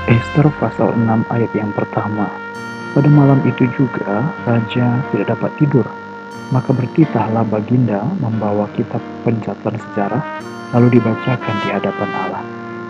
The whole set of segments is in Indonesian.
Ester pasal 6 ayat yang pertama. Pada malam itu juga raja tidak dapat tidur. Maka bertitahlah baginda membawa kitab pencatatan sejarah lalu dibacakan di hadapan Allah.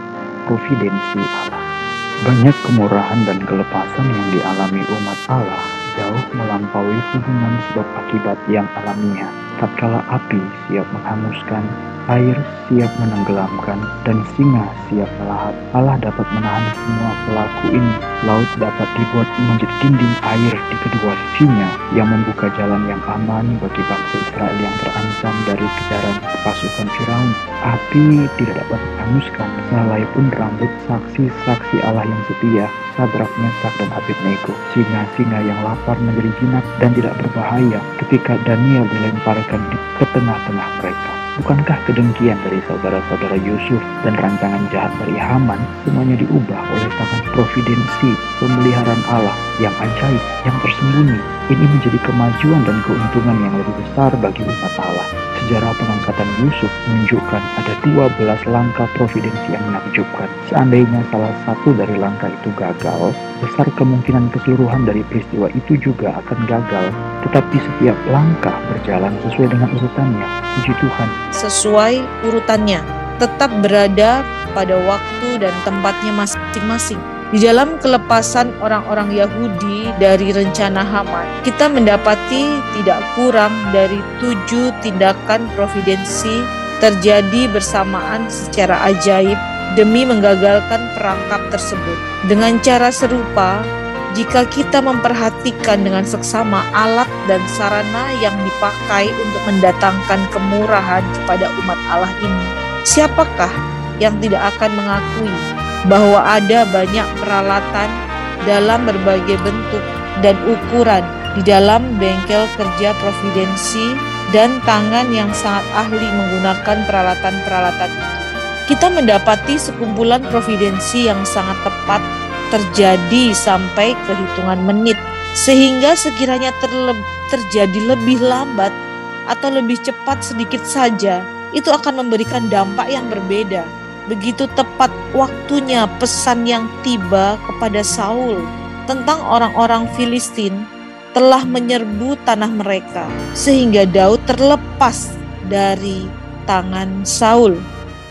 Providensi Allah. Banyak kemurahan dan kelepasan yang dialami umat Allah jauh melampaui hubungan sebab akibat yang alamiah. Tatkala api siap menghanguskan, air siap menenggelamkan, dan singa siap melahat, Allah dapat menahan semua pelaku ini. Laut dapat dibuat menjadi dinding air di kedua sisinya yang membuka jalan yang aman bagi bangsa Israel yang terancam dari kejaran pasukan Firaun. Api tidak dapat menghanguskan sehelai-pun rambut saksi-saksi Allah yang setia, Sadrak, Mesak, dan Abednego. Singa-singa yang lapar menjadi jinak dan tidak berbahaya ketika Daniel dilemparkan ke tengah-tengah mereka. Bukankah kedengkian dari saudara-saudara Yusuf dan rancangan jahat dari Haman semuanya diubah oleh tangan providensi pemeliharaan Allah yang ajaib, yang tersembunyi? Ini menjadi kemajuan dan keuntungan yang lebih besar bagi umat Allah. Sejarah pengangkatan Yusuf menunjukkan ada 12 langkah providensi yang menakjubkan. Seandainya salah satu dari langkah itu gagal, besar kemungkinan keseluruhan dari peristiwa itu juga akan gagal. Tetapi setiap langkah berjalan sesuai dengan urutannya. Puji Tuhan. Sesuai urutannya, tetap berada pada waktu dan tempatnya masing-masing. Di dalam kelepasan orang-orang Yahudi dari rencana Haman, kita mendapati tidak kurang dari 7 tindakan providensi terjadi bersamaan secara ajaib demi menggagalkan perangkap tersebut. Dengan cara serupa, jika kita memperhatikan dengan seksama alat dan sarana yang dipakai untuk mendatangkan kemurahan kepada umat Allah ini, siapakah yang tidak akan mengakui bahwa ada banyak peralatan dalam berbagai bentuk dan ukuran di dalam bengkel kerja providensi dan tangan yang sangat ahli menggunakan peralatan-peralatan itu. Kita mendapati sekumpulan providensi yang sangat tepat terjadi sampai kehitungan menit, sehingga sekiranya terjadi lebih lambat atau lebih cepat sedikit saja, itu akan memberikan dampak yang berbeda. Begitu tepat waktunya pesan yang tiba kepada Saul tentang orang-orang Filistin telah menyerbu tanah mereka, sehingga Daud terlepas dari tangan Saul.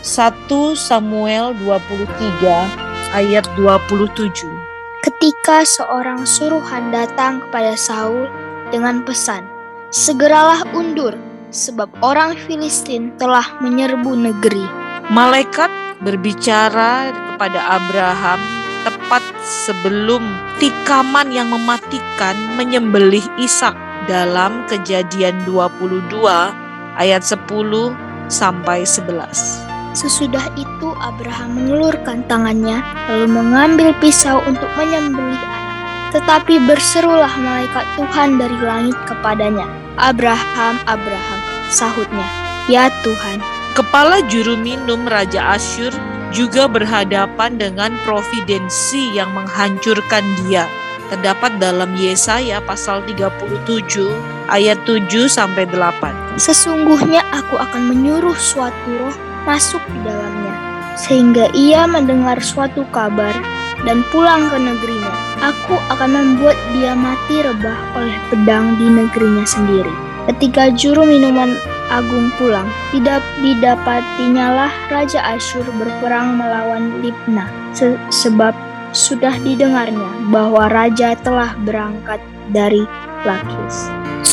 1 Samuel 23 ayat 27. Ketika seorang suruhan datang kepada Saul dengan pesan, "Segeralah undur, sebab orang Filistin telah menyerbu negeri." Malaikat berbicara kepada Abraham tepat sebelum tikaman yang mematikan menyembelih Ishak dalam Kejadian 22 ayat 10 sampai 11. Sesudah itu Abraham mengulurkan tangannya lalu mengambil pisau untuk menyembelih anak. Tetapi berserulah malaikat Tuhan dari langit kepadanya, "Abraham, Abraham," sahutnya. "Ya Tuhan." Kepala juru minum Raja Asyur juga berhadapan dengan providensi yang menghancurkan dia. Terdapat dalam Yesaya pasal 37 ayat 7 sampai 8. "Sesungguhnya aku akan menyuruh suatu roh masuk di dalamnya, sehingga ia mendengar suatu kabar dan pulang ke negerinya. Aku akan membuat dia mati rebah oleh pedang di negerinya sendiri. Ketika juru minuman agung pulang, didapatinya Raja Asyur berperang melawan Libna, sebab sudah didengarnya bahwa raja telah berangkat dari Lakis."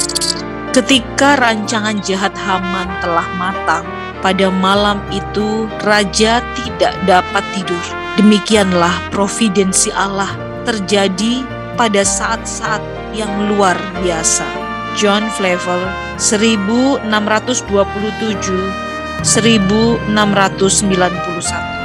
Ketika rancangan jahat Haman telah matang, pada malam itu raja tidak dapat tidur. Demikianlah providensi Allah terjadi pada saat-saat yang luar biasa. John Flavel, 1627-1691.